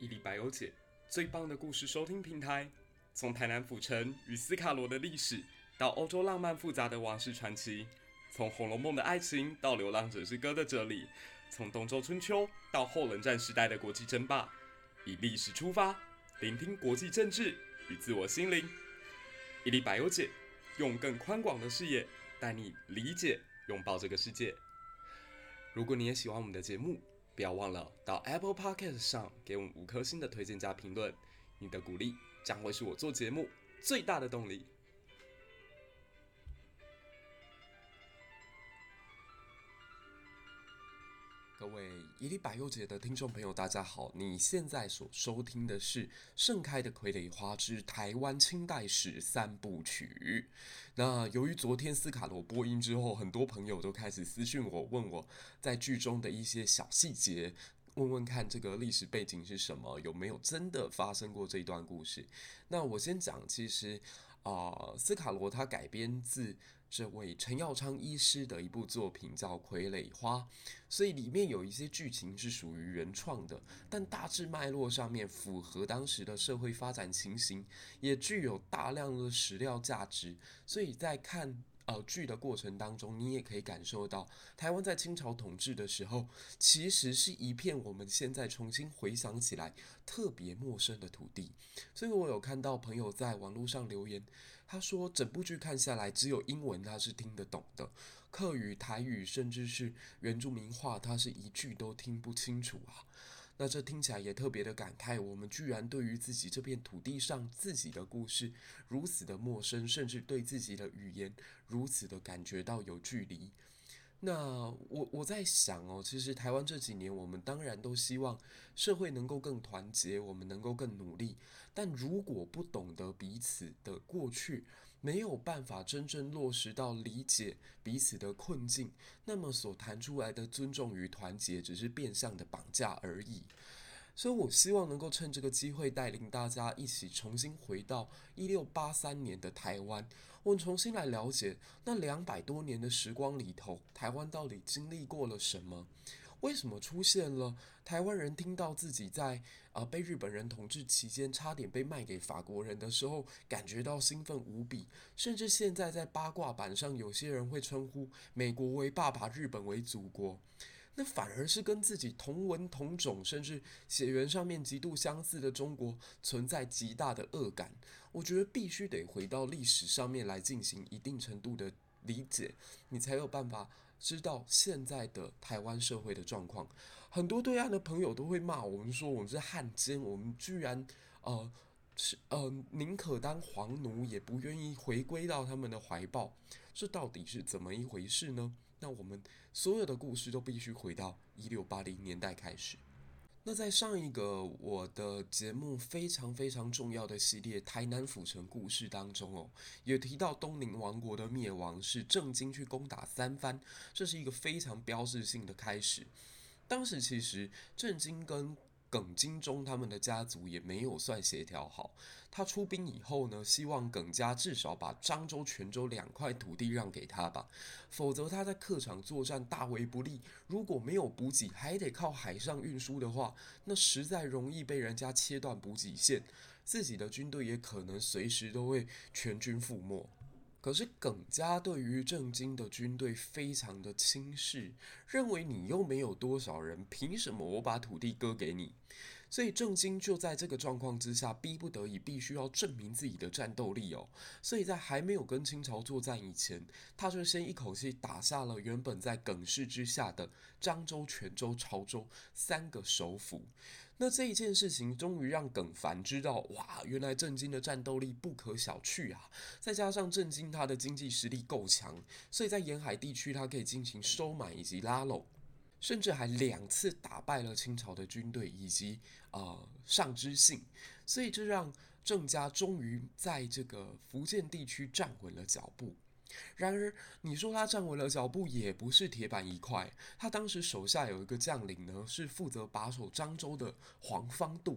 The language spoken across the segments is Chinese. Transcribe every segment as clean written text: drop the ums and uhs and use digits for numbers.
粒百忧解，最棒的故事收听平台。从台南府城与斯卡罗的历史，到欧洲浪漫复杂的王室传奇；从《红楼梦》的爱情到《流浪者之歌》的哲理；从东周春秋到后冷战时代的国际争霸，以历史出发，聆听国际政治与自我心灵。一粒百忧解，用更宽广的视野带你理解、拥抱这个世界。如果你也喜欢我们的节目，不要忘了到 Apple Podcast 上给我们5颗星的推荐加评论，你的鼓励将会是我做节目最大的动力。各位一粒百忧解的听众朋友，大家好！你现在所收听的是《盛开的傀儡花之台湾清代史3部曲》。那由于昨天斯卡罗播音之后，很多朋友都开始私讯我，问我在剧中的一些小细节，问问看这个历史背景是什么，有没有真的发生过这一段故事。那我先讲，其实斯卡罗他改编自这位陈耀昌医师的一部作品叫《傀儡花》，所以里面有一些剧情是属于原创的，但大致脉络上面符合当时的社会发展情形，也具有大量的史料价值，所以在看剧的过程当中，你也可以感受到台湾在清朝统治的时候，其实是一片我们现在重新回想起来特别陌生的土地。所以我有看到朋友在网络上留言，他说整部剧看下来只有英文他是听得懂的，客语、台语甚至是原住民话，他是一句都听不清楚啊。那这听起来也特别的感慨，我们居然对于自己这片土地上自己的故事如此的陌生，甚至对自己的语言如此的感觉到有距离。那我在想哦，其实台湾这几年，我们当然都希望社会能够更团结，我们能够更努力。但如果不懂得彼此的过去，没有办法真正落实到理解彼此的困境，那么所谈出来的尊重与团结，只是变相的绑架而已。所以我希望能够趁这个机会带领大家一起重新回到1683年的台湾，我们重新来了解那200多年的时光里头，台湾到底经历过了什么？为什么出现了台湾人听到自己在被日本人统治期间差点被卖给法国人的时候，感觉到兴奋无比，甚至现在在八卦版上，有些人会称呼美国为爸爸，日本为祖国。那反而是跟自己同文同种，甚至血缘上面极度相似的中国存在极大的恶感。我觉得必须得回到历史上面来进行一定程度的理解，你才有办法知道现在的台湾社会的状况。很多对岸的朋友都会骂我们说我们是汉奸，我们居然宁可当皇奴，也不愿意回归到他们的怀抱。这到底是怎么一回事呢？那我们所有的故事都必须回到1680年代开始。那在上一个我的节目非常非常重要的系列台南府城故事当中哦，也提到东宁王国的灭亡是郑经去攻打三藩，这是一个非常标志性的开始。当时其实郑经跟耿精忠他们的家族也没有算协调好。他出兵以后呢，希望耿家至少把漳州、泉州2块土地让给他吧，否则他在客场作战大为不利。如果没有补给，还得靠海上运输的话，那实在容易被人家切断补给线，自己的军队也可能随时都会全军覆没。可是耿家对于郑经的军队非常的轻视，认为你又没有多少人，凭什么我把土地割给你？所以郑经就在这个状况之下，逼不得已必须要证明自己的战斗力哦。所以在还没有跟清朝作战以前，他就先一口气打下了原本在耿氏之下的漳州、泉州、潮州3个首府。那这一件事情终于让耿凡知道，哇，原来郑经的战斗力不可小觑啊！再加上郑经他的经济实力够强，所以在沿海地区他可以进行收买以及拉拢，甚至还2次打败了清朝的军队以及上知信，所以这让郑家终于在这个福建地区站稳了脚步。然而，你说他站稳了脚步，也不是铁板一块。他当时手下有一个将领呢，是负责把守漳州的黄方度。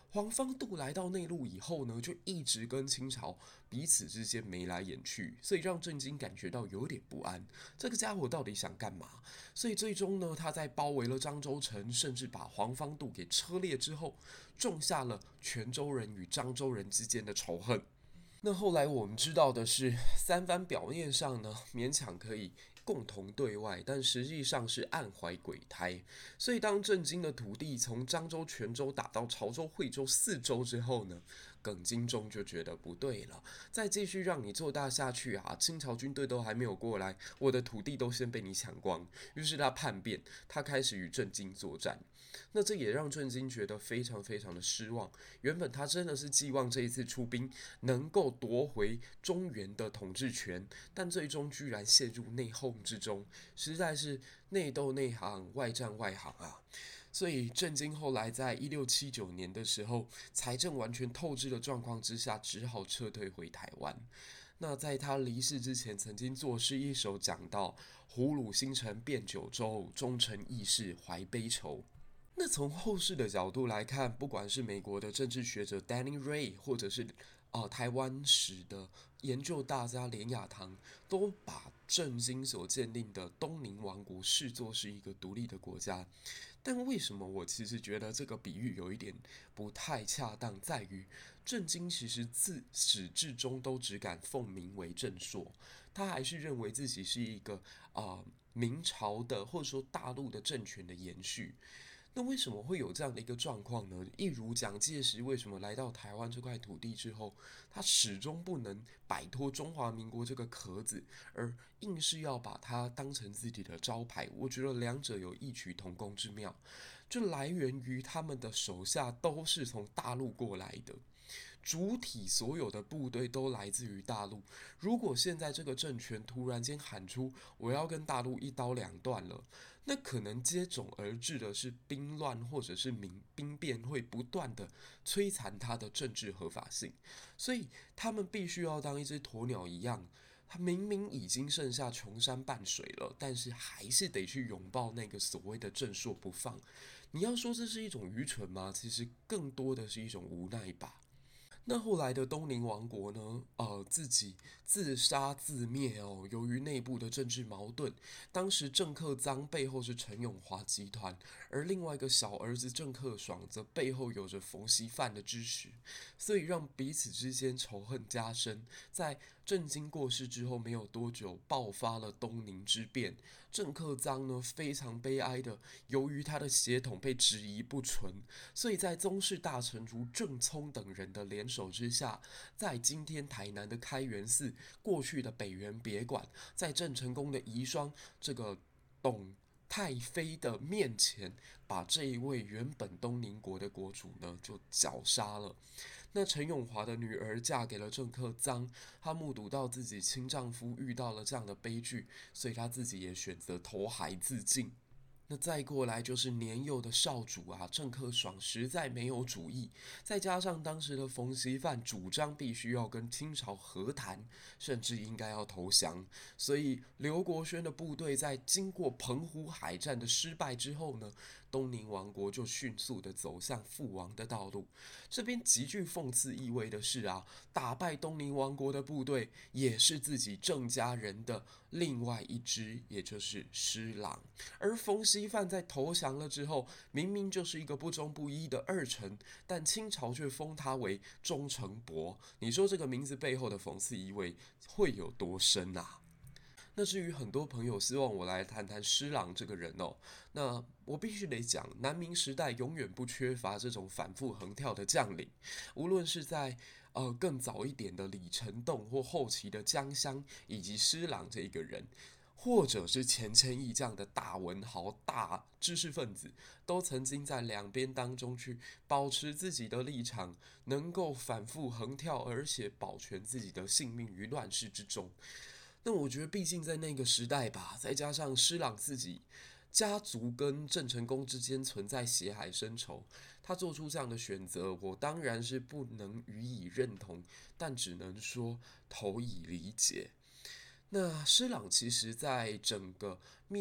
黄方度来到内陆以后呢，就一直跟清朝彼此之间眉来眼去，所以让郑经感觉到有点不安。这个家伙到底想干嘛？所以最终呢，他在包围了漳州城，甚至把黄方度给车裂之后，种下了泉州人与漳州人之间的仇恨。那后来我们知道的是，三藩表面上呢勉强可以共同对外，但实际上是暗怀鬼胎。所以当郑经的土地从漳州、泉州打到潮州、惠州4州之后呢，耿精忠就觉得不对了，再继续让你做大下去啊，清朝军队都还没有过来，我的土地都先被你抢光。于是他叛变，他开始与郑经作战。那这也让郑经觉得非常非常的失望。原本他真的是寄望这一次出兵能够夺回中原的统治权，但最终居然陷入内讧之中，实在是内斗内行，外战外行啊！所以郑经后来在1679年的时候，财政完全透支的状况之下，只好撤退回台湾。那在他离世之前，曾经作诗一首，讲到胡虏星辰变九州，忠臣义士怀悲愁。那从后世的角度来看，不管是美国的政治学者 Danny Ray， 或者是台湾史的研究大家连雅堂，都把郑经所建立的东宁王国视作是一个独立的国家。但为什么我其实觉得这个比喻有一点不太恰当，在于郑经其实自始至终都只敢奉名为郑硕，他还是认为自己是一个明朝的或者说大陆的政权的延续。那为什么会有这样的一个状况呢？一如蒋介石为什么来到台湾这块土地之后，他始终不能摆脱中华民国这个壳子，而硬是要把它当成自己的招牌？我觉得两者有异曲同工之妙，就来源于他们的手下都是从大陆过来的。主体所有的部队都来自于大陆。如果现在这个政权突然间喊出我要跟大陆一刀两断了，那可能接踵而至的是兵乱或者是兵变，会不断的摧残它的政治合法性。所以他们必须要当一只鸵鸟一样，他明明已经剩下穷山半水了，但是还是得去拥抱那个所谓的正朔不放。你要说这是一种愚蠢吗？其实更多的是一种无奈吧。那后来的东宁王国呢？自己自杀自灭哦。由于内部的政治矛盾，当时郑克臧背后是陈永华集团，而另外一个小儿子郑克爽则背后有着冯锡范的支持，所以让彼此之间仇恨加深。在郑经过世之后没有多久，爆发了东宁之变。郑克臧呢，非常悲哀的，由于他的血统被质疑不纯，所以在宗室大臣如郑聪等人的联手之下，在今天台南的开元寺、过去的北园别馆，在郑成功的遗孀这个董太妃的面前，把这一位原本东宁国的国主呢就绞杀了。那陈永华的女儿嫁给了郑克臧，她目睹到自己亲丈夫遇到了这样的悲剧，所以她自己也选择投海自尽。那再过来就是年幼的少主啊，郑克爽实在没有主意，再加上当时的冯锡范主张必须要跟清朝和谈，甚至应该要投降，所以刘国轩的部队在经过澎湖海战的失败之后呢，东宁王国就迅速的走向覆亡的道路。这边极具讽刺意味的是啊，打败东宁王国的部队也是自己郑家人的另外一支，也就是施琅。而冯锡范在投降了之后，明明就是一个不忠不义的二臣，但清朝却封他为忠诚伯。你说这个名字背后的讽刺意味会有多深啊？那至于很多朋友希望我来谈谈施琅这个人哦，那我必须得讲，南明时代永远不缺乏这种反复横跳的将领，无论是在更早一点的李成栋，或后期的江襄，以及施琅这一个人。或者是钱谦益这样的大文豪、大知识分子，都曾经在两边当中去保持自己的立场，能够反复横跳，而且保全自己的性命于乱世之中。那我觉得，毕竟在那个时代吧，再加上施琅自己家族跟郑成功之间存在血海深仇，他做出这样的选择，我当然是不能予以认同，但只能说投以理解。那施琅其实在整个灭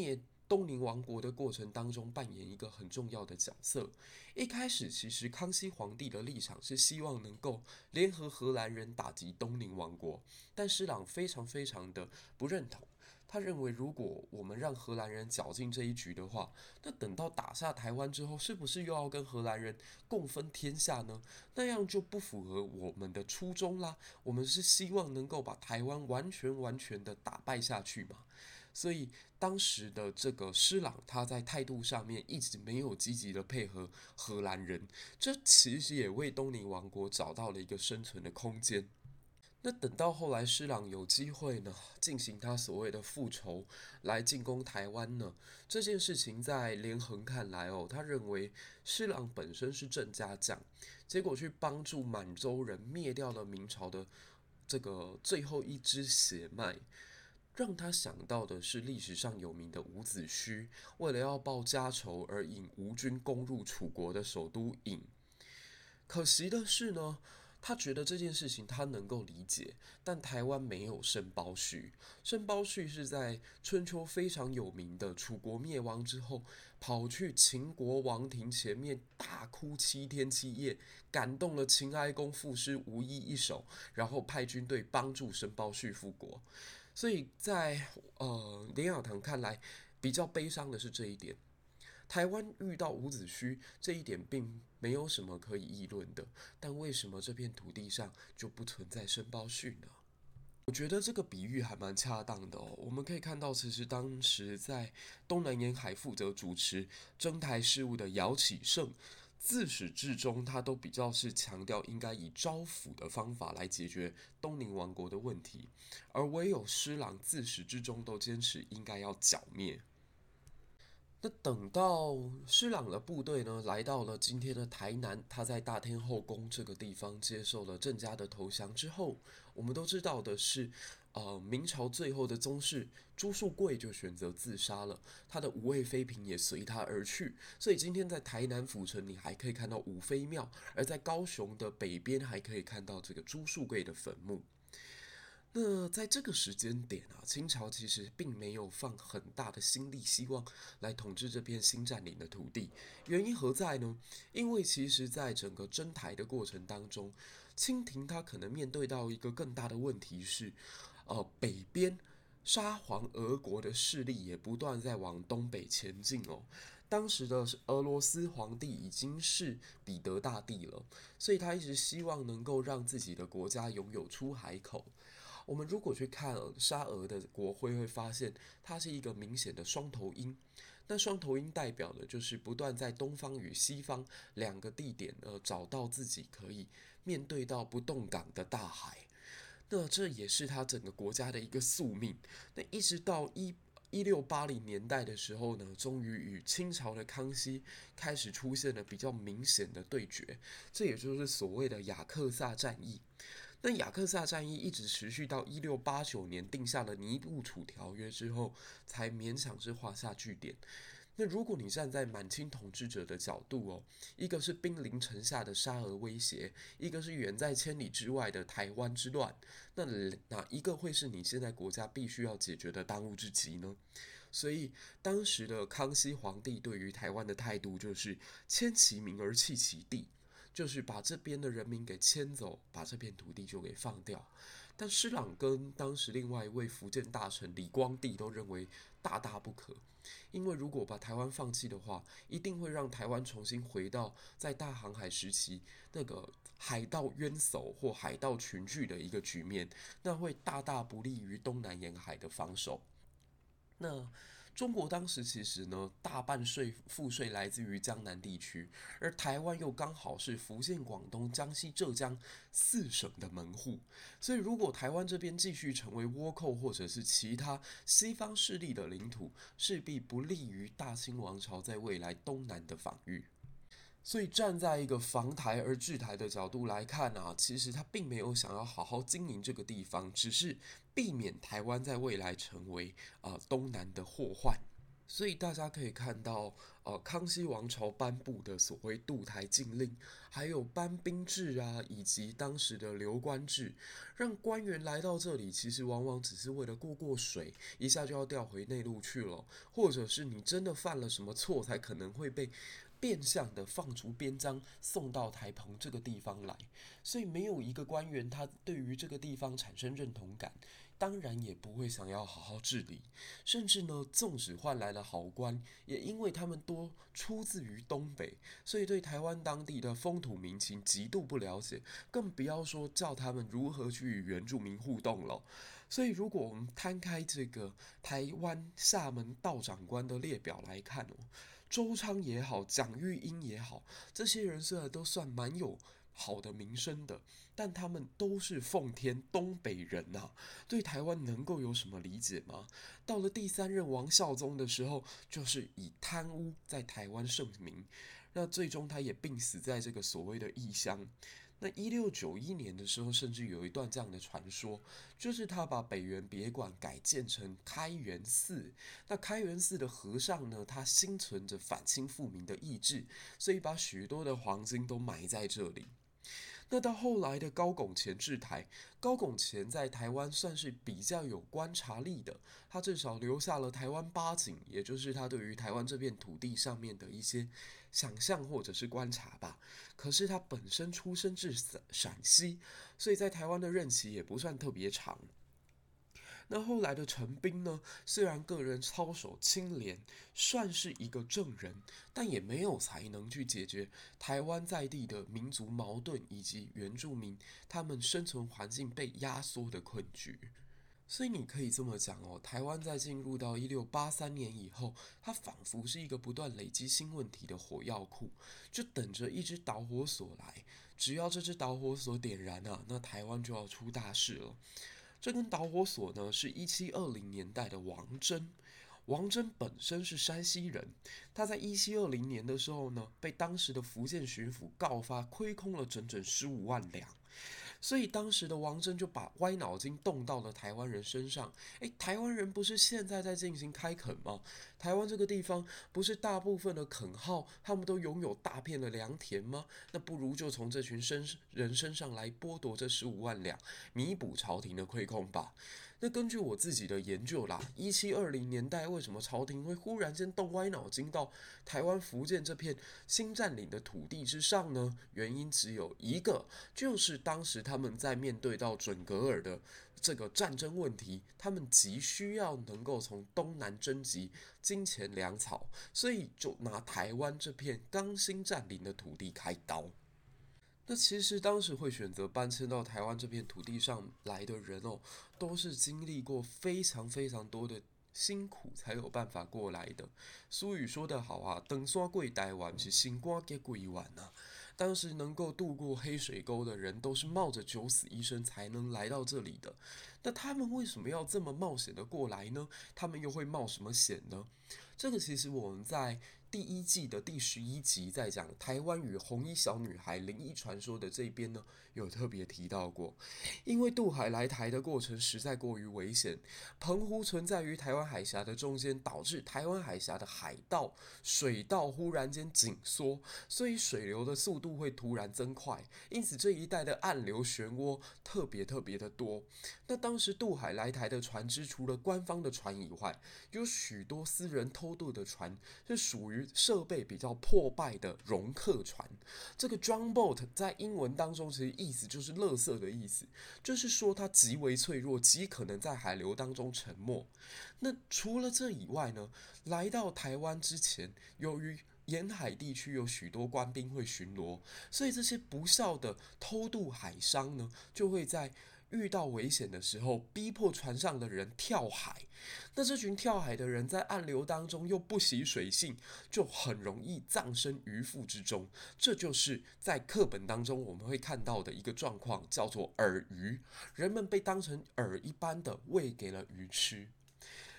东宁王国的过程当中扮演一个很重要的角色。一开始，其实康熙皇帝的立场是希望能够联合荷兰人打击东宁王国，但施琅非常非常的不认同。他认为，如果我们让荷兰人搅进这一局的话，那等到打下台湾之后，是不是又要跟荷兰人共分天下呢？那样就不符合我们的初衷啦。我们是希望能够把台湾完全的打败下去嘛。所以当时的这个施琅，他在态度上面一直没有积极的配合荷兰人，这其实也为东宁王国找到了一个生存的空间。那等到后来施琅有机会呢，进行他所谓的复仇，来进攻台湾呢，这件事情在连横看来他认为施琅本身是郑家将，结果去帮助满洲人灭掉了明朝的这个最后一支血脉。让他想到的是历史上有名的伍子胥，为了要报家仇而引吴军攻入楚国的首都郢。可惜的是呢，他觉得这件事情他能够理解，但台湾没有申包胥。申包胥是在春秋非常有名的楚国灭亡之后，跑去秦国王庭前面大哭7天7夜，感动了秦哀公赋诗无一一首，然后派军队帮助申包胥复国。所以在连雅堂看来，比较悲伤的是这一点。台湾遇到伍子胥这一点并没有什么可以议论的，但为什么这片土地上就不存在申包胥呢？我觉得这个比喻还蛮恰当的。我们可以看到，其实当时在东南沿海负责主持征台事务的姚启圣，自始至终他都比较是强调应该以招抚的方法来解决东宁王国的问题，而唯有施琅自始至终都坚持应该要剿灭。那等到施琅的部队呢，来到了今天的台南，他在大天后宫这个地方接受了郑家的投降之后，我们都知道的是，明朝最后的宗室朱树贵就选择自杀了，他的五位妃嫔也随他而去。所以今天在台南府城，你还可以看到五妃庙，而在高雄的北边还可以看到这个朱树贵的坟墓。那在这个时间点啊，清朝其实并没有放很大的心力希望来统治这片新占领的土地。原因何在呢？因为其实在整个征台的过程当中，清廷它可能面对到一个更大的问题是，北边沙皇俄国的势力也不断在往东北前进哦。当时的俄罗斯皇帝已经是彼得大帝了，所以他一直希望能够让自己的国家拥有出海口。我们如果去看沙俄的国徽，会发现它是一个明显的双头鹰。那双头鹰代表的就是不断在东方与西方两个地点找到自己可以面对到不动港的大海。那这也是他整个国家的一个宿命。那一直到1680年代的时候呢，终于与清朝的康熙开始出现了比较明显的对决，这也就是所谓的雅克萨战役。那雅克萨战役一直持续到1689年定下了尼布楚条约之后，才勉强是画下句点。那如果你站在满清统治者的角度一个是兵临城下的沙俄威胁，一个是远在千里之外的台湾之乱，那哪一个会是你现在国家必须要解决的当务之急呢？所以当时的康熙皇帝对于台湾的态度就是迁其民而弃其地，就是把这边的人民给迁走，把这片土地就给放掉。但施琅跟当时另外一位福建大臣李光地都认为大大不可，因为如果把台湾放弃的话，一定会让台湾重新回到在大航海时期那个海盗冤首或海盗群聚的一个局面，那会大大不利于东南沿海的防守。那中国当时其实呢，大半赋税来自于江南地区，而台湾又刚好是福建、广东、江西、浙江4省的门户，所以如果台湾这边继续成为倭寇或者是其他西方势力的领土，势必不利于大清王朝在未来东南的防御。所以站在一个防台而治台的角度来看啊，其实他并没有想要好好经营这个地方，只是避免台湾在未来成为东南的祸患。 所以大家可以看到，康熙王朝颁布的所谓渡台禁令，还有班兵制啊，以及当时的流官制，让官员来到这里，其实往往只是为了过过水，一下就要调回内陆去了，或者是你真的犯了什么错，才可能会被变相的放逐边疆，送到台澎这个地方来。所以没有一个官员他对于这个地方产生认同感，当然也不会想要好好治理。甚至呢，纵使换来了好官，也因为他们多出自于东北，所以对台湾当地的风土民情极度不了解，更不要说叫他们如何去与原住民互动了。所以，如果我们摊开这个台湾厦门道长官的列表来看哦，周昌也好，蒋玉英也好，这些人虽然都算蛮有好的名声的，但他们都是奉天东北人呐、对台湾能够有什么理解吗？到了第三任王孝宗的时候，就是以贪污在台湾盛名，那最终他也病死在这个所谓的异乡。那1691年的时候，甚至有一段这样的传说，就是他把北园别馆改建成开元寺。那开元寺的和尚呢，他心存着反清复明的意志，所以把许多的黄金都埋在这里。那到后来的高拱乾治台，高拱乾在台湾算是比较有观察力的，他至少留下了台湾八景，也就是他对于台湾这片土地上面的一些想象或者是观察吧。可是他本身出生自陕西，所以在台湾的任期也不算特别长。那后来的陈斌呢，虽然个人操守清廉，算是一个正人，但也没有才能去解决台湾在地的民族矛盾以及原住民他们生存环境被压缩的困局。所以你可以这么讲哦，台湾在进入到1683年以后，它仿佛是一个不断累积新问题的火药库，就等着一只导火索来。只要这只导火索点燃了，那台湾就要出大事了。这根导火索呢，是1720年代的王真。王真本身是山西人，他在1720年的时候呢，被当时的福建巡抚告发亏空了整整15万两。所以当时的王真就把歪脑筋动到了台湾人身上。台湾人不是现在在进行开垦吗？台湾这个地方不是大部分的垦号他们都拥有大片的良田吗？那不如就从这群人身上来剥夺这15万两，弥补朝廷的亏空吧。那根据我自己的研究啦，1720年代为什么朝廷会忽然间动歪脑筋到台湾福建这片新占领的土地之上呢？原因只有一个，就是当时他们在面对到准格尔的这个战争问题，他们急需要能够从东南征集金钱粮草，所以就拿台湾这片刚新占领的土地开刀。那其实当时会选择搬迁到台湾这片土地上来的人哦，都是经历过非常非常多的辛苦才有办法过来的。俗语说得好啊，等刷贵台湾是新瓜给贵碗啊。当时能够渡过黑水沟的人，都是冒着九死一生才能来到这里的。那他们为什么要这么冒险的过来呢？他们又会冒什么险呢？这个其实我们在第一季的第11集在讲台湾与红衣小女孩灵异传说的这边呢，有特别提到过，因为渡海来台的过程实在过于危险，澎湖存在于台湾海峡的中间，导致台湾海峡的海道、水道忽然间紧缩，所以水流的速度会突然增快，因此这一带的暗流漩涡特别特别的多。那当时渡海来台的船只，除了官方的船以外，有许多私人偷渡的船，是属于设备比较破败的容客船。这个 junk boat 在英文当中其实意思就是垃圾的意思，就是说它极为脆弱，极可能在海流当中沉没。那除了这以外呢，来到台湾之前，由于沿海地区有许多官兵会巡逻，所以这些不孝的偷渡海商呢，就会在遇到危险的时候，逼迫船上的人跳海。那这群跳海的人在暗流当中又不习水性，就很容易葬身鱼腹之中。这就是在课本当中我们会看到的一个状况，叫做饵鱼。人们被当成饵一般的喂给了鱼吃。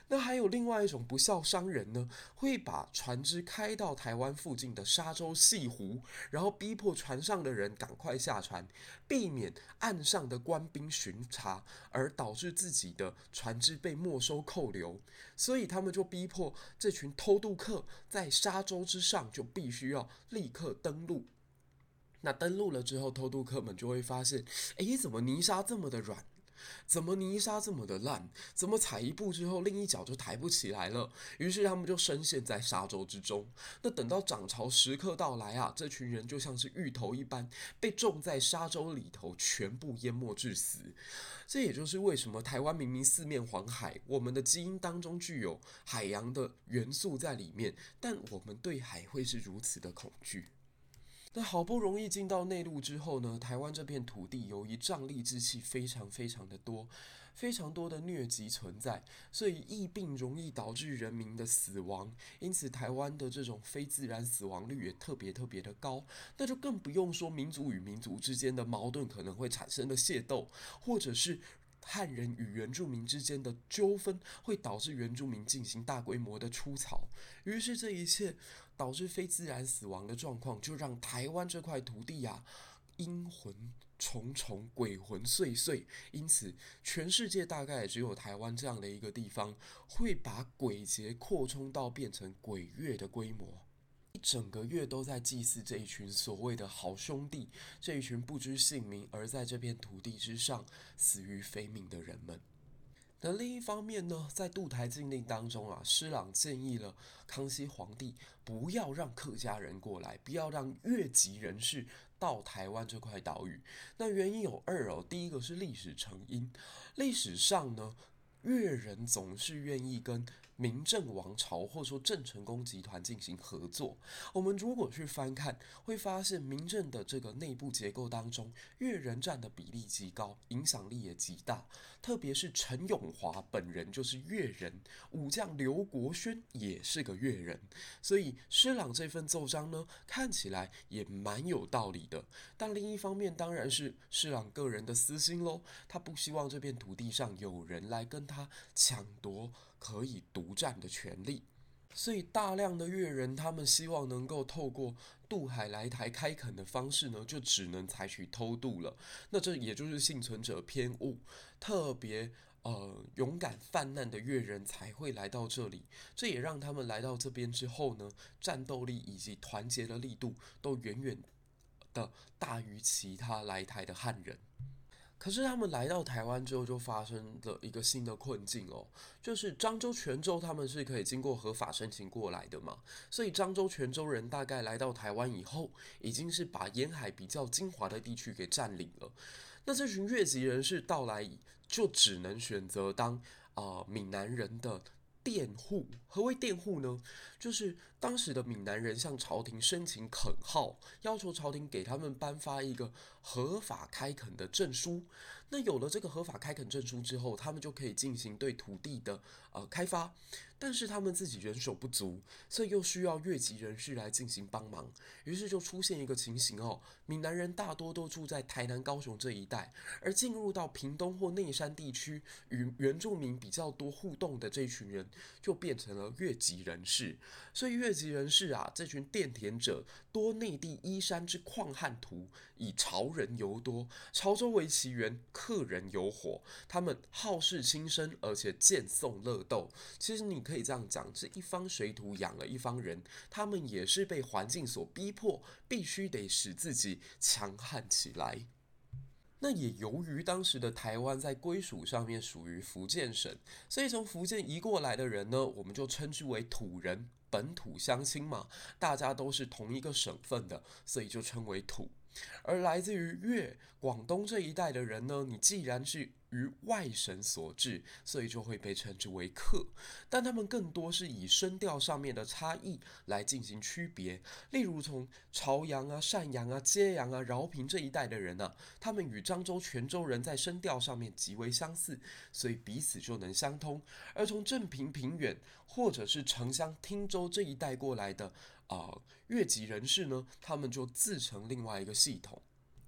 那还有另外一种不孝商人呢，会把船只开到台湾附近的沙洲西湖，然后逼迫船上的人赶快下船，避免岸上的官兵巡查，而导致自己的船只被没收扣留。所以他们就逼迫这群偷渡客在沙洲之上就必须要立刻登陆。那登陆了之后，偷渡客们就会发现，怎么泥沙这么的软？怎么泥沙这么的烂？怎么踩一步之后，另一脚就抬不起来了？于是他们就深陷在沙洲之中。那等到涨潮时刻到来啊，这群人就像是芋头一般，被种在沙洲里头，全部淹没致死。这也就是为什么台湾明明四面环海，我们的基因当中具有海洋的元素在里面，但我们对海会是如此的恐惧。那好不容易进到内陆之后呢，台湾这片土地由于瘴疠之气非常非常的多，非常多的疟疾存在，所以疫病容易导致人民的死亡，因此台湾的这种非自然死亡率也特别特别的高。那就更不用说民族与民族之间的矛盾可能会产生的械斗，或者是汉人与原住民之间的纠纷会导致原住民进行大规模的出草，于是这一切导致非自然死亡的状况，就让台湾这块土地啊，阴魂重重，鬼魂祟祟。因此，全世界大概也只有台湾这样的一个地方，会把鬼节扩充到变成鬼月的规模。一整个月都在祭祀这一群所谓的好兄弟，这一群不知姓名而在这片土地之上死于非命的人们。那另一方面呢，在渡台禁令当中啊，施琅建议了康熙皇帝不要让客家人过来，不要让越籍人士到台湾这块岛屿。那原因有二哦，第一个是历史成因，历史上呢，越人总是愿意跟明郑王朝或者说郑成功集团进行合作。我们如果去翻看，会发现明郑的这个内部结构当中，越人占的比例极高，影响力也极大。特别是陈永华本人就是越人，武将刘国轩也是个越人，所以施琅这份奏章呢，看起来也蛮有道理的。但另一方面，当然是施琅个人的私心喽，他不希望这片土地上有人来跟他抢夺可以独占的权利。所以大量的越人，他们希望能够透过渡海来台开垦的方式呢，就只能采取偷渡了。那这也就是幸存者偏误，特别勇敢犯难的越人才会来到这里。这也让他们来到这边之后呢，战斗力以及团结的力度都远远的大于其他来台的汉人。可是他们来到台湾之后，就发生了一个新的困境哦，就是漳州、泉州他们是可以经过合法申请过来的嘛，所以漳州、泉州人大概来到台湾以后，已经是把沿海比较精华的地区给占领了。那这群越籍人士到来，就只能选择当闽南人的佃户。何谓佃户呢？就是当时的闽南人向朝廷申请垦号，要求朝廷给他们颁发一个合法开垦的证书。那有了这个合法开垦证书之后，他们就可以进行对土地的开发。但是他们自己人手不足，所以又需要越籍人士来进行帮忙。于是就出现一个情形哦，闽南人大多都住在台南、高雄这一带，而进入到屏东或内山地区与原住民比较多互动的这一群人，就变成了越籍人士。所以越籍人士啊，这群佃田者多内地依山之旷汉徒，以潮人尤多。潮州为其源，客人有火，他们好事轻生，而且见讼乐斗。其实你可以这样讲，这一方水土养了一方人，他们也是被环境所逼迫，必须得使自己强悍起来。那也由于当时的台湾在归属上面属于福建省，所以从福建移过来的人呢，我们就称之为土人，本土乡亲嘛，大家都是同一个省份的，所以就称为土。而来自于粤、广东这一带的人呢，你既然是于外省所至，所以就会被称之为客。但他们更多是以声调上面的差异来进行区别。例如从潮阳啊、汕阳啊、揭阳啊、饶平这一带的人啊，他们与漳州、泉州人在声调上面极为相似，所以彼此就能相通。而从正平、平远或者是城乡、汀州这一带过来的越籍人士呢，他们就自成另外一个系统。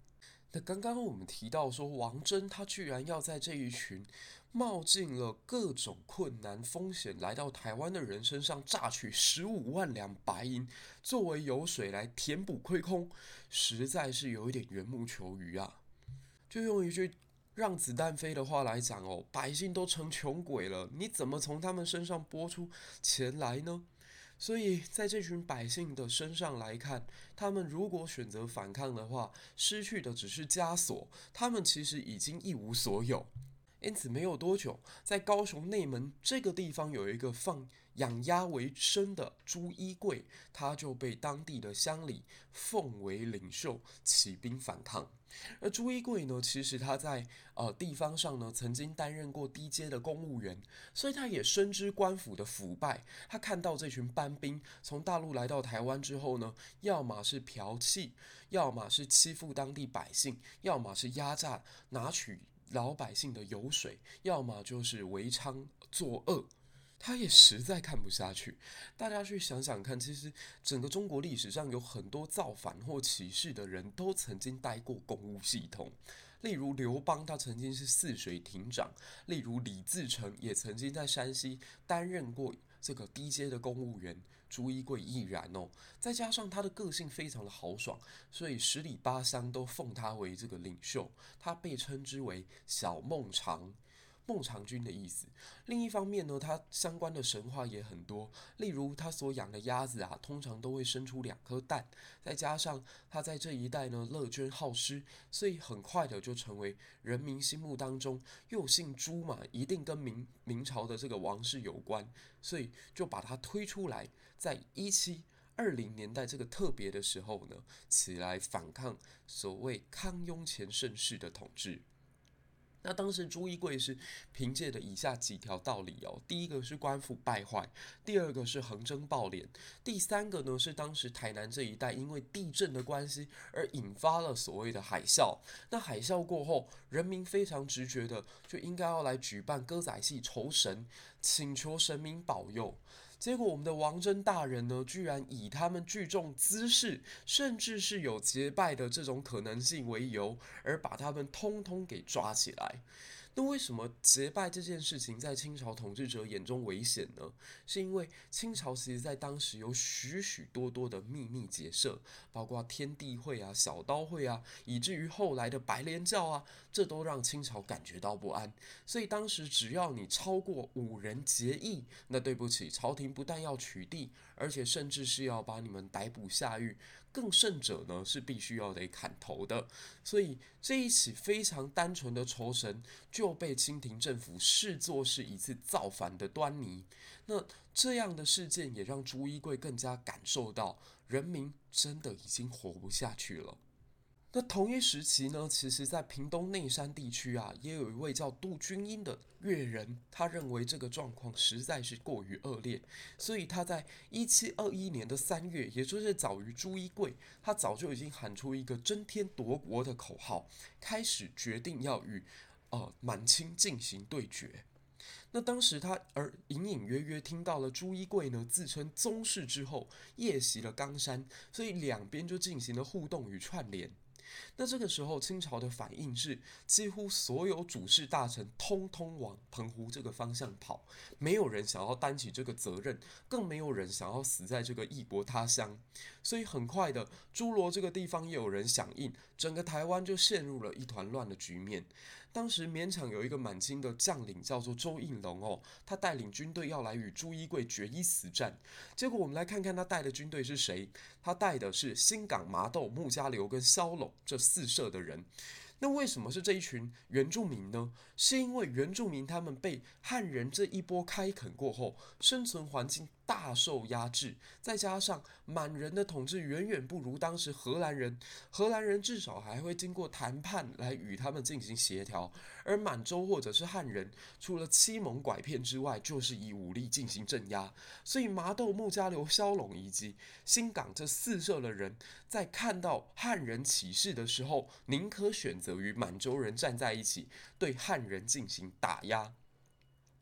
那刚刚我们提到说，王真他居然要在这一群冒进了各种困难风险来到台湾的人身上榨取15万两白银，作为油水来填补亏空，实在是有一点缘木求鱼啊。就用一句让子弹飞的话来讲哦，百姓都成穷鬼了，你怎么从他们身上拨出钱来呢？所以在这群百姓的身上来看，他们如果选择反抗的话，失去的只是枷锁，他们其实已经一无所有。因此，没有多久，在高雄内门这个地方有一个养鸭为生的朱一贵，他就被当地的乡里奉为领袖，起兵反抗。而朱一贵呢，其实他在地方上呢，曾经担任过低阶的公务员，所以他也深知官府的腐败。他看到这群班兵从大陆来到台湾之后呢，要么是剽窃，要么是欺负当地百姓，要么是压榨拿取老百姓的油水，要么就是违娼作恶。他也实在看不下去。大家去想想看，其实整个中国历史上有很多造反或起事的人都曾经待过公务系统。例如刘邦，他曾经是泗水亭长；例如李自成，也曾经在山西担任过这个低阶的公务员。朱一贵亦然哦，再加上他的个性非常的豪爽，所以十里八乡都奉他为这个领袖，他被称之为小孟尝。孟尝君的意思。另一方面呢，他相关的神话也很多，例如他所养的鸭子啊，通常都会生出2颗蛋，再加上他在这一带呢乐捐好施，所以很快的就成为人民心目当中又姓朱嘛，一定跟明朝的这个王室有关，所以就把他推出来，在1720年代这个特别的时候呢，起来反抗所谓康雍乾盛世的统治。那当时朱一贵是凭借的以下几条道理哦，第一个是官府败坏，第二个是横征暴敛，第三个呢是当时台南这一带因为地震的关系而引发了所谓的海啸。那海啸过后，人民非常直觉的就应该要来举办歌仔戏酬神，请求神明保佑。结果我们的王真大人呢，居然以他们聚众滋事，甚至是有结拜的这种可能性为由，而把他们通通给抓起来。那为什么结拜这件事情在清朝统治者眼中危险呢？是因为清朝其实在当时有许许多多的秘密结社，包括天地会啊、小刀会啊，以至于后来的白莲教啊，这都让清朝感觉到不安。所以当时只要你超过5人结义，那对不起，朝廷不但要取缔，而且甚至是要把你们逮捕下狱，更甚者呢是必须要得砍头的。所以这一起非常单纯的酬神，就被清廷政府视作是一次造反的端倪。那这样的事件也让朱一贵更加感受到，人民真的已经活不下去了。那同一时期呢，其实在屏东内山地区啊，也有一位叫杜君英的越人，他认为这个状况实在是过于恶劣，所以他在1721年的3月，也就是早于朱一贵，他早就已经喊出一个争天夺国的口号，开始决定要与满清进行对决。那当时他隐隐约约听到了朱一贵呢自称宗室之后夜袭了冈山，所以两边就进行了互动与串联。那这个时候，清朝的反应是，几乎所有主事大臣通通往澎湖这个方向跑，没有人想要担起这个责任，更没有人想要死在这个异国他乡。所以很快的，诸罗这个地方也有人响应，整个台湾就陷入了一团乱的局面。当时勉强有一个满清的将领叫做周应龙哦，他带领军队要来与朱一贵决一死战。结果我们来看看他带的军队是谁，他带的是新港、麻豆、木加流跟萧陇这4社的人。那为什么是这一群原住民呢？是因为原住民他们被汉人这一波开垦过后，生存环境大受压制，再加上满人的统治远远不如当时荷兰人，荷兰人至少还会经过谈判来与他们进行协调，而满洲或者是汉人，除了欺蒙拐骗之外，就是以武力进行镇压。所以麻豆、木加流、萧陇以及新港这4社的人，在看到汉人起事的时候，宁可选择与满洲人站在一起，对汉人进行打压。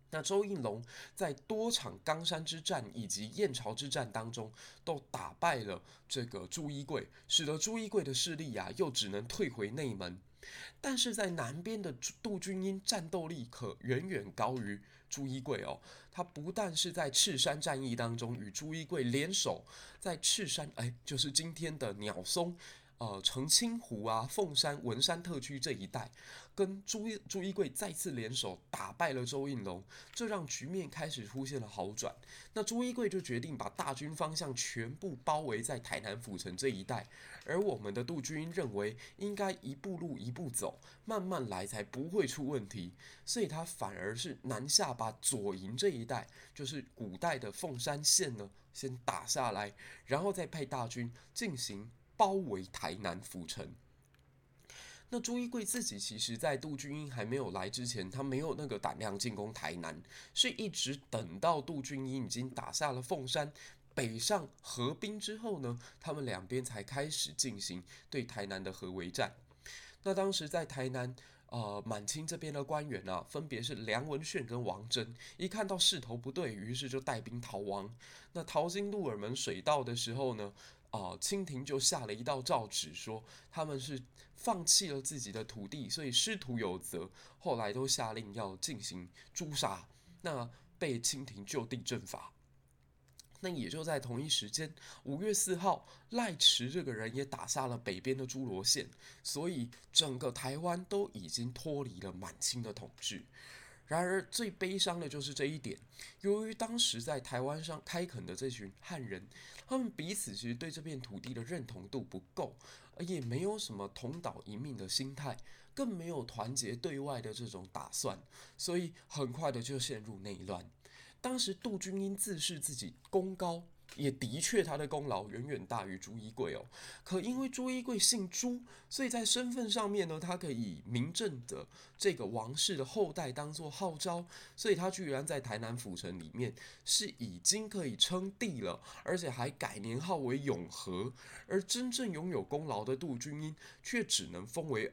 那周应龙在多场冈山之战以及燕巢之战当中，都打败了这个朱一贵，使得朱一贵的势力又只能退回内门。但是在南边的杜君英战斗力可远远高于朱一贵哦。他不但是在赤山战役当中与朱一贵联手，在赤山就是今天的鸟松。澄清湖凤山、文山特区这一带，跟朱一贵再次联手打败了周应龙，这让局面开始出现了好转。那朱一贵就决定把大军方向全部包围在台南府城这一带，而我们的杜君英认为应该一步路一步走，慢慢来才不会出问题，所以他反而是南下把左营这一带，就是古代的凤山县呢，先打下来，然后再派大军进行包围台南府城。那朱一贵自己其实，在杜君英还没有来之前，他没有那个胆量进攻台南，是一直等到杜君英已经打下了凤山，北上合兵之后呢，他们两边才开始进行对台南的合围战。那当时在台南，满清这边的官员分别是梁文炫跟王真，一看到势头不对，于是就带兵逃亡。那逃进鹿耳门水道的时候呢，清廷就下了一道诏旨，说他们是放弃了自己的土地，所以师徒有责。后来都下令要进行诛杀，那被清廷就地正法。那也就在同一时间，5月4号，赖池这个人也打下了北边的诸罗县，所以整个台湾都已经脱离了满清的统治。然而最悲伤的就是这一点，由于当时在台湾上开垦的这群汉人，他们彼此其实对这片土地的认同度不够，而也没有什么同岛一命的心态，更没有团结对外的这种打算，所以很快的就陷入内乱。当时杜君英自视自己功高，也的确他的功劳远远大于朱一贵哦。可因为朱一贵姓朱，所以在身份上面呢，他可以以明正的这个王室的后代当做号召，所以他居然在台南府城里面是已经可以称帝了，而且还改年号为永和。而真正拥有功劳的杜君英却只能封为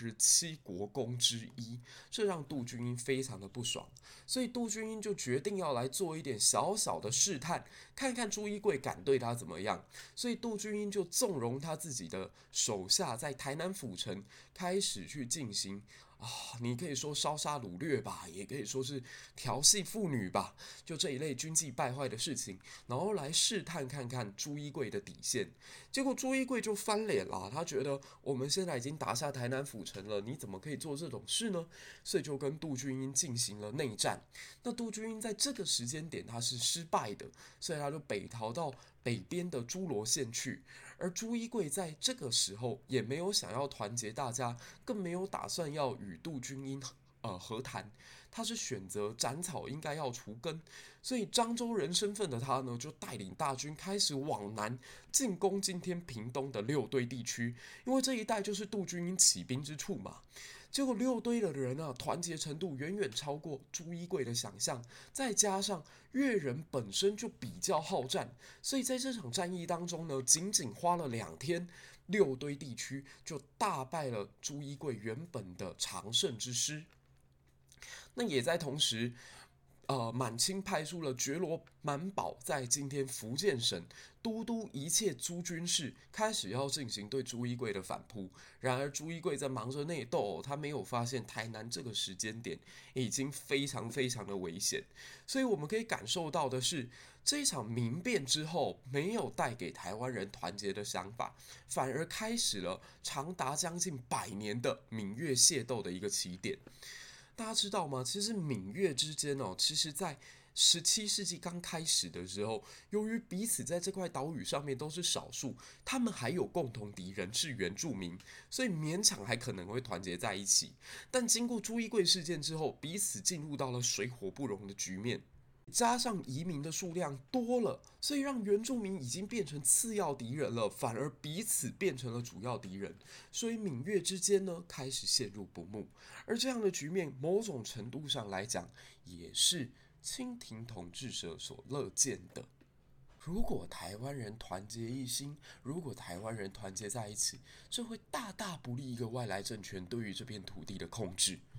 27国公之一，这让杜君英非常的不爽。所以杜君英就决定要来做一点小小的试探，看看朱一贵敢对他怎么样。所以杜君英就纵容他自己的手下在台南府城开始去进行你可以说烧杀掳掠吧，也可以说是调戏妇女吧，就这一类军纪败坏的事情，然后来试探看看朱一贵的底线。结果朱一贵就翻脸了，他觉得我们现在已经打下台南府城了，你怎么可以做这种事呢？所以就跟杜君英进行了内战。那杜君英在这个时间点他是失败的，所以他就北逃到北边的诸罗县去。而朱一贵在这个时候也没有想要团结大家，更没有打算要与杜君英和谈，他是选择斩草应该要除根，所以漳州人身份的他呢，就带领大军开始往南进攻今天屏东的六堆地区，因为这一带就是杜君英起兵之处嘛。结果六堆的人团结程度远远超过朱一贵的想象，再加上越人本身就比较好战，所以在这场战役当中呢，仅仅花了2天，六堆地区就大败了朱一贵原本的常胜之师。那也在同时，满清派出了觉罗满宝在今天福建省都督一切诸军事，开始要进行对朱一贵的反扑。然而朱一贵在忙着内斗，他没有发现台南这个时间点已经非常非常的危险。所以我们可以感受到的是，这一场民变之后，没有带给台湾人团结的想法，反而开始了长达将近100年的闽粤械斗的一个起点。大家知道吗？其实闽粤之间其实在17世纪刚开始的时候，由于彼此在这块岛屿上面都是少数，他们还有共同敌人是原住民，所以勉强还可能会团结在一起。但经过朱一贵事件之后，彼此进入到了水火不容的局面。加上移民的数量多了，所以让原住民已经变成次要敌人了，反而彼此变成了主要敌人。所以闽粤之间呢，开始陷入不睦。而这样的局面，某种程度上来讲，也是清廷统治者所乐见的。如果台湾人团结一心，如果台湾人团结在一起，这会大大不利一个外来政权对于这片土地的控制。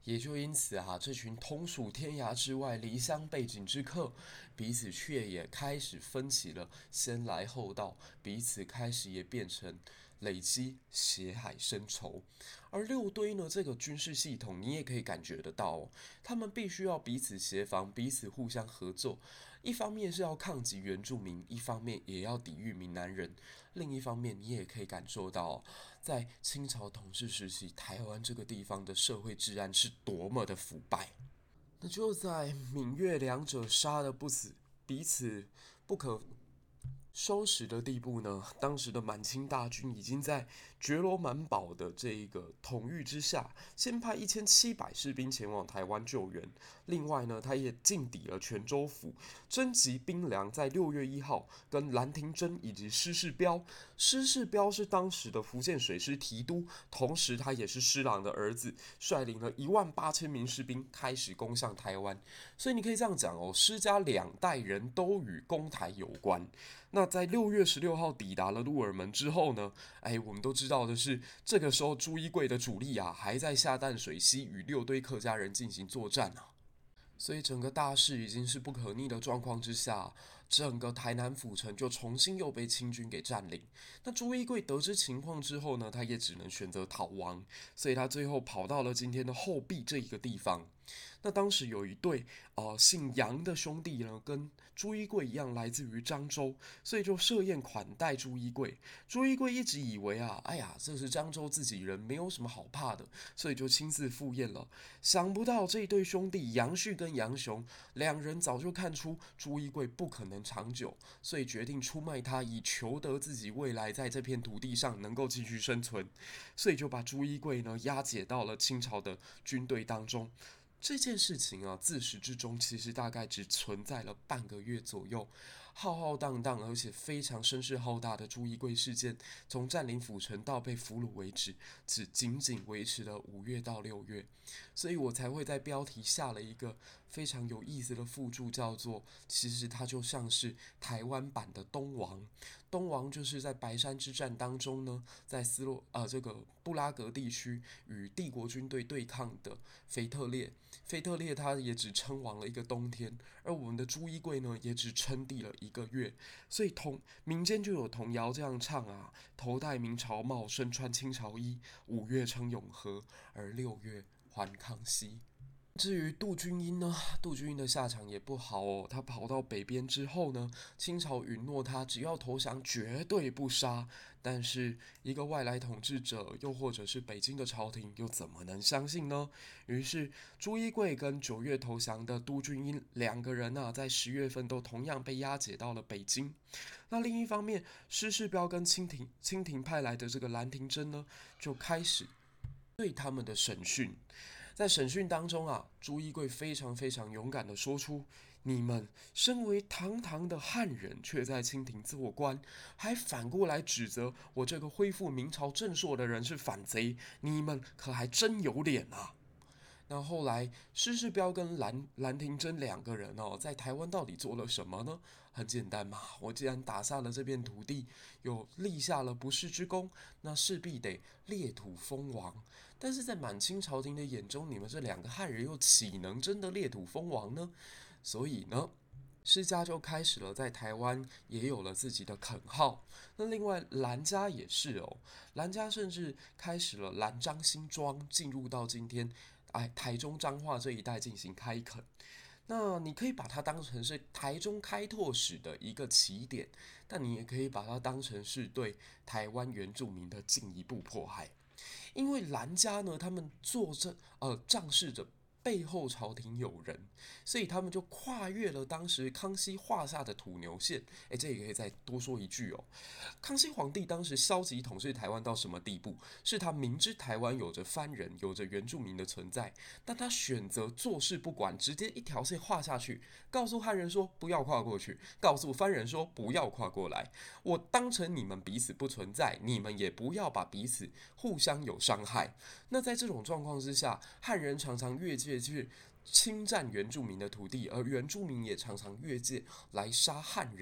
也就因此啊，这群同属天涯之外、离乡背井之客，彼此却也开始分起了先来后到，彼此开始也变成累积血海深仇。而六堆呢，这个军事系统你也可以感觉得到哦，他们必须要彼此协防，彼此互相合作。一方面是要抗击原住民，一方面也要抵御闽南人。另一方面，你也可以感受到，在清朝统治时期，台湾这个地方的社会治安是多么的腐败。那就在闽粤两者杀得不死，彼此不可收拾的地步呢，当时的满清大军已经在觉罗满宝的这一个统御之下，先派1700士兵前往台湾救援。另外呢，他也进抵了泉州府，征集兵粮，在6月1号跟兰亭珍以及施世标，施世标是当时的福建水师提督，同时他也是施琅的儿子，率领了18000名士兵开始攻向台湾。所以你可以这样讲哦，施家2代人都与攻台有关。那在6月16号抵达了鹿耳门之后呢，我们都知道的是，这个时候朱一贵的主力啊，还在下淡水溪与六堆客家人进行作战啊。所以整个大势已经是不可逆的状况之下，整个台南府城就重新又被清军给占领。那朱一贵得知情况之后呢，他也只能选择逃亡，所以他最后跑到了今天的后壁这一个地方。那当时有一对姓杨的兄弟呢，跟朱一贵一样来自于漳州，所以就设宴款待朱一贵。朱一贵一直以为啊，哎呀，这是漳州自己人，没有什么好怕的，所以就亲自赴宴了。想不到这一对兄弟杨旭跟杨雄两人早就看出朱一贵不可能长久，所以决定出卖他，以求得自己未来在这片土地上能够继续生存。所以就把朱一贵呢押解到了清朝的军队当中。这件事情啊，自始至终其实大概只存在了半个月左右。浩浩荡荡而且非常声势浩大的朱一贵事件，从占领府城到被俘虏为止，只仅仅维持了5月到6月，所以我才会在标题下了一个非常有意思的附注，叫做其实它就像是台湾版的东王。东王就是在白山之战当中呢，在这个布拉格地区与帝国军队对抗的腓特烈。腓特烈他也只称王了一个冬天，而我们的朱一贵呢，也只称帝了1个月。所以民间就有童谣这样唱啊：头戴明朝帽，身穿清朝衣，5月称永和，而6月还康熙。至于杜君英呢，杜君英的下场也不好哦。他跑到北边之后呢，清朝允诺他只要投降绝对不杀。但是一个外来统治者，又或者是北京的朝廷，又怎么能相信呢？于是朱一贵跟9月投降的杜君英两个人啊，在10月份都同样被押解到了北京。那另一方面，施世标跟清廷派来的这个兰亭珍呢，就开始对他们的审讯。在审讯当中啊，朱一贵非常非常勇敢地说出：你们身为堂堂的汉人，却在清廷做官，还反过来指责我这个恢复明朝正朔的人是反贼，你们可还真有脸啊！那后来，施世标跟兰亭珍两个人哦，在台湾到底做了什么呢？很简单嘛，我既然打下了这片土地，有立下了不世之功，那势必得裂土封王。但是在满清朝廷的眼中，你们这两个汉人又岂能真的裂土封王呢？所以呢，施家就开始了在台湾也有了自己的垦号。那另外兰家也是哦，兰家甚至开始了兰章新庄，进入到今天台中彰化这一带进行开垦。那你可以把它当成是台中开拓史的一个起点，但你也可以把它当成是对台湾原住民的进一步迫害。因为兰家呢，他们仗势着背后朝廷有人，所以他们就跨越了当时康熙画下的土牛线。这也可以再多说一句哦。康熙皇帝当时消极统治台湾到什么地步？是他明知台湾有着番人、有着原住民的存在，但他选择坐视不管，直接一条线画下去，告诉汉人说不要跨过去，告诉番人说不要跨过来。我当成你们彼此不存在，你们也不要把彼此互相有伤害。那在这种状况之下，汉人常常越界去侵占原住民的土地，而原住民也常常越界来杀汉人，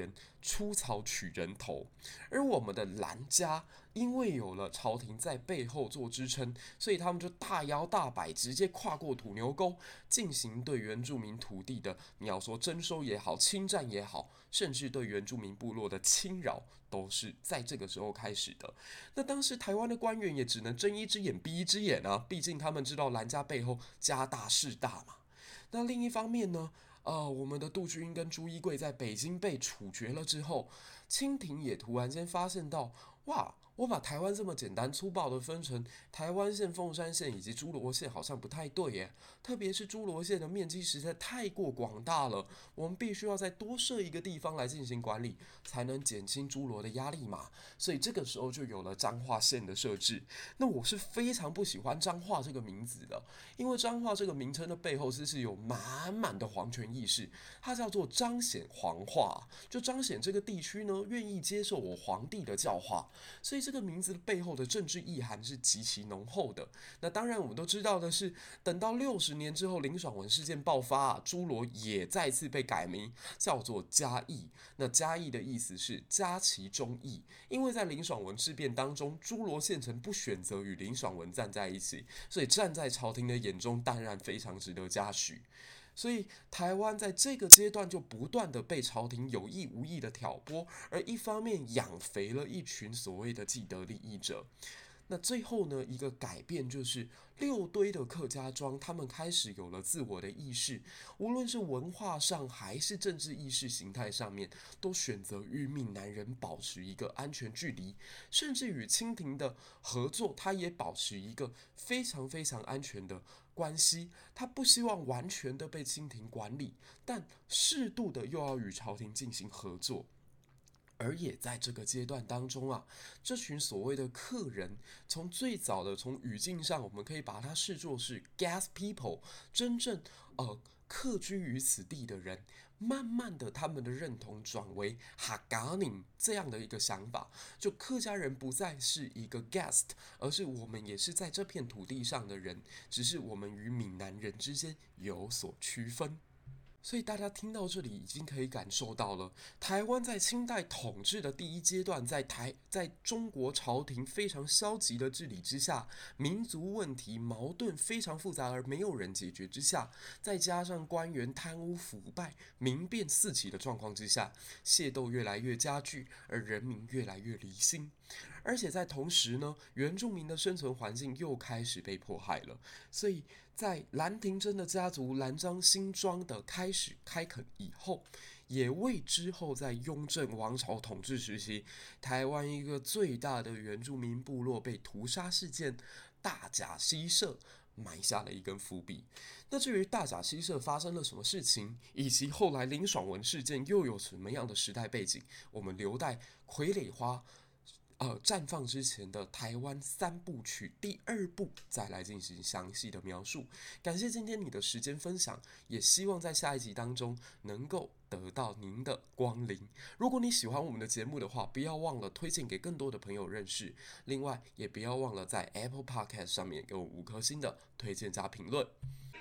出草取人头。而我们的蓝家因为有了朝廷在背后做支撑，所以他们就大摇大摆直接跨过土牛沟，进行对原住民土地的，你要说征收也好，侵占也好，甚至对原住民部落的侵扰，都是在这个时候开始的。那当时台湾的官员也只能睁一只眼闭一只眼啊，毕竟他们知道蓝家背后家大势大嘛。那另一方面呢，我们的杜君跟朱一贵在北京被处决了之后，清廷也突然间发现到，哇，我把台湾这么简单粗暴的分成台湾县、凤山县以及诸罗县，好像不太对耶。特别是诸罗县的面积实在太过广大了，我们必须要再多设一个地方来进行管理，才能减轻诸罗的压力嘛。所以这个时候就有了彰化县的设置。那我是非常不喜欢彰化这个名字的，因为彰化这个名称的背后是有满满的皇权意识，它叫做彰显皇化，就彰显这个地区呢愿意接受我皇帝的教化，所以这个名字背后的政治意涵是极其浓厚的。那当然我们都知道的是，等到60年之后林爽文事件爆发，诸罗也再次被改名叫做嘉义。那嘉义的意思是嘉其忠义，因为在林爽文事变当中，诸罗县城不选择与林爽文站在一起，所以站在朝廷的眼中当然非常值得嘉许。所以台湾在这个阶段就不断的被朝廷有意无意的挑拨，而一方面养肥了一群所谓的既得利益者。那最后呢，一个改变就是六堆的客家庄，他们开始有了自我的意识，无论是文化上还是政治意识形态上面，都选择与闽南人保持一个安全距离，甚至与清廷的合作，他也保持一个非常非常安全的关系。他不希望完全的被清廷管理，但适度的又要与朝廷进行合作。而也在这个阶段当中啊，这群所谓的客人，从最早的从语境上，我们可以把它视作是 gas people， 真正客居于此地的人，慢慢的他们的认同转为哈嘎宁这样的一个想法，就客家人不再是一个 guest， 而是我们也是在这片土地上的人，只是我们与闽南人之间有所区分。所以大家听到这里已经可以感受到了，台湾在清代统治的第一阶段，在中国朝廷非常消极的治理之下，民族问题矛盾非常复杂而没有人解决之下，再加上官员贪污腐败、民变四起的状况之下，械斗越来越加剧，而人民越来越离心。而且在同时呢，原住民的生存环境又开始被迫害了，所以在兰亭真的家族兰章新庄的开始开垦以后，也为之后在雍正王朝统治时期，台湾一个最大的原住民部落被屠杀事件大甲溪社埋下了一根伏笔。那至于大甲溪社发生了什么事情，以及后来林爽文事件又有什么样的时代背景，我们留待傀儡花绽放之前的台湾3部曲第2部再来进行详细的描述。感谢今天你的时间分享，也希望在下一集当中能够得到您的光临。如果你喜欢我们的节目的话，不要忘了推荐给更多的朋友认识。另外，也不要忘了在 Apple Podcast 上面给我5颗星的推荐加评论。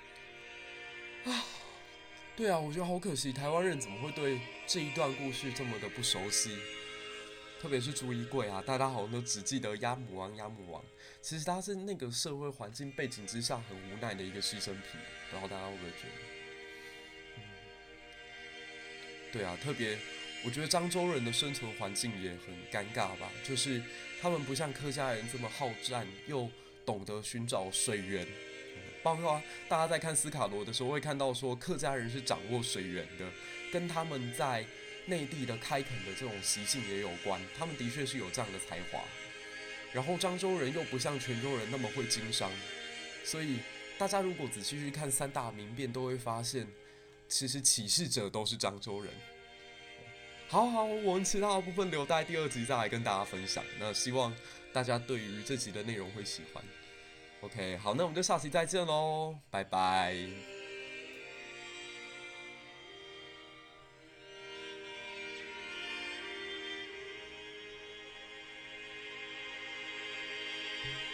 对啊，我觉得好可惜，台湾人怎么会对这一段故事这么的不熟悉？特别是朱一贵啊，大家好像都只记得鸭母王，鸭母王，其实他是那个社会环境背景之下很无奈的一个牺牲品，不知道大家会不会觉得？对啊，特别我觉得漳州人的生存环境也很尴尬吧，就是他们不像客家人这么好战，又懂得寻找水源。包括大家在看斯卡罗的时候，会看到说客家人是掌握水源的，跟他们在内地的开垦的这种习性也有关，他们的确是有这样的才华。然后漳州人又不像泉州人那么会经商，所以大家如果仔细去看3大民变，都会发现，其实起事者都是漳州人。好，我们其他的部分留待第2集再来跟大家分享。那希望大家对于这集的内容会喜欢。OK， 好，那我们就下期再见喽，拜拜。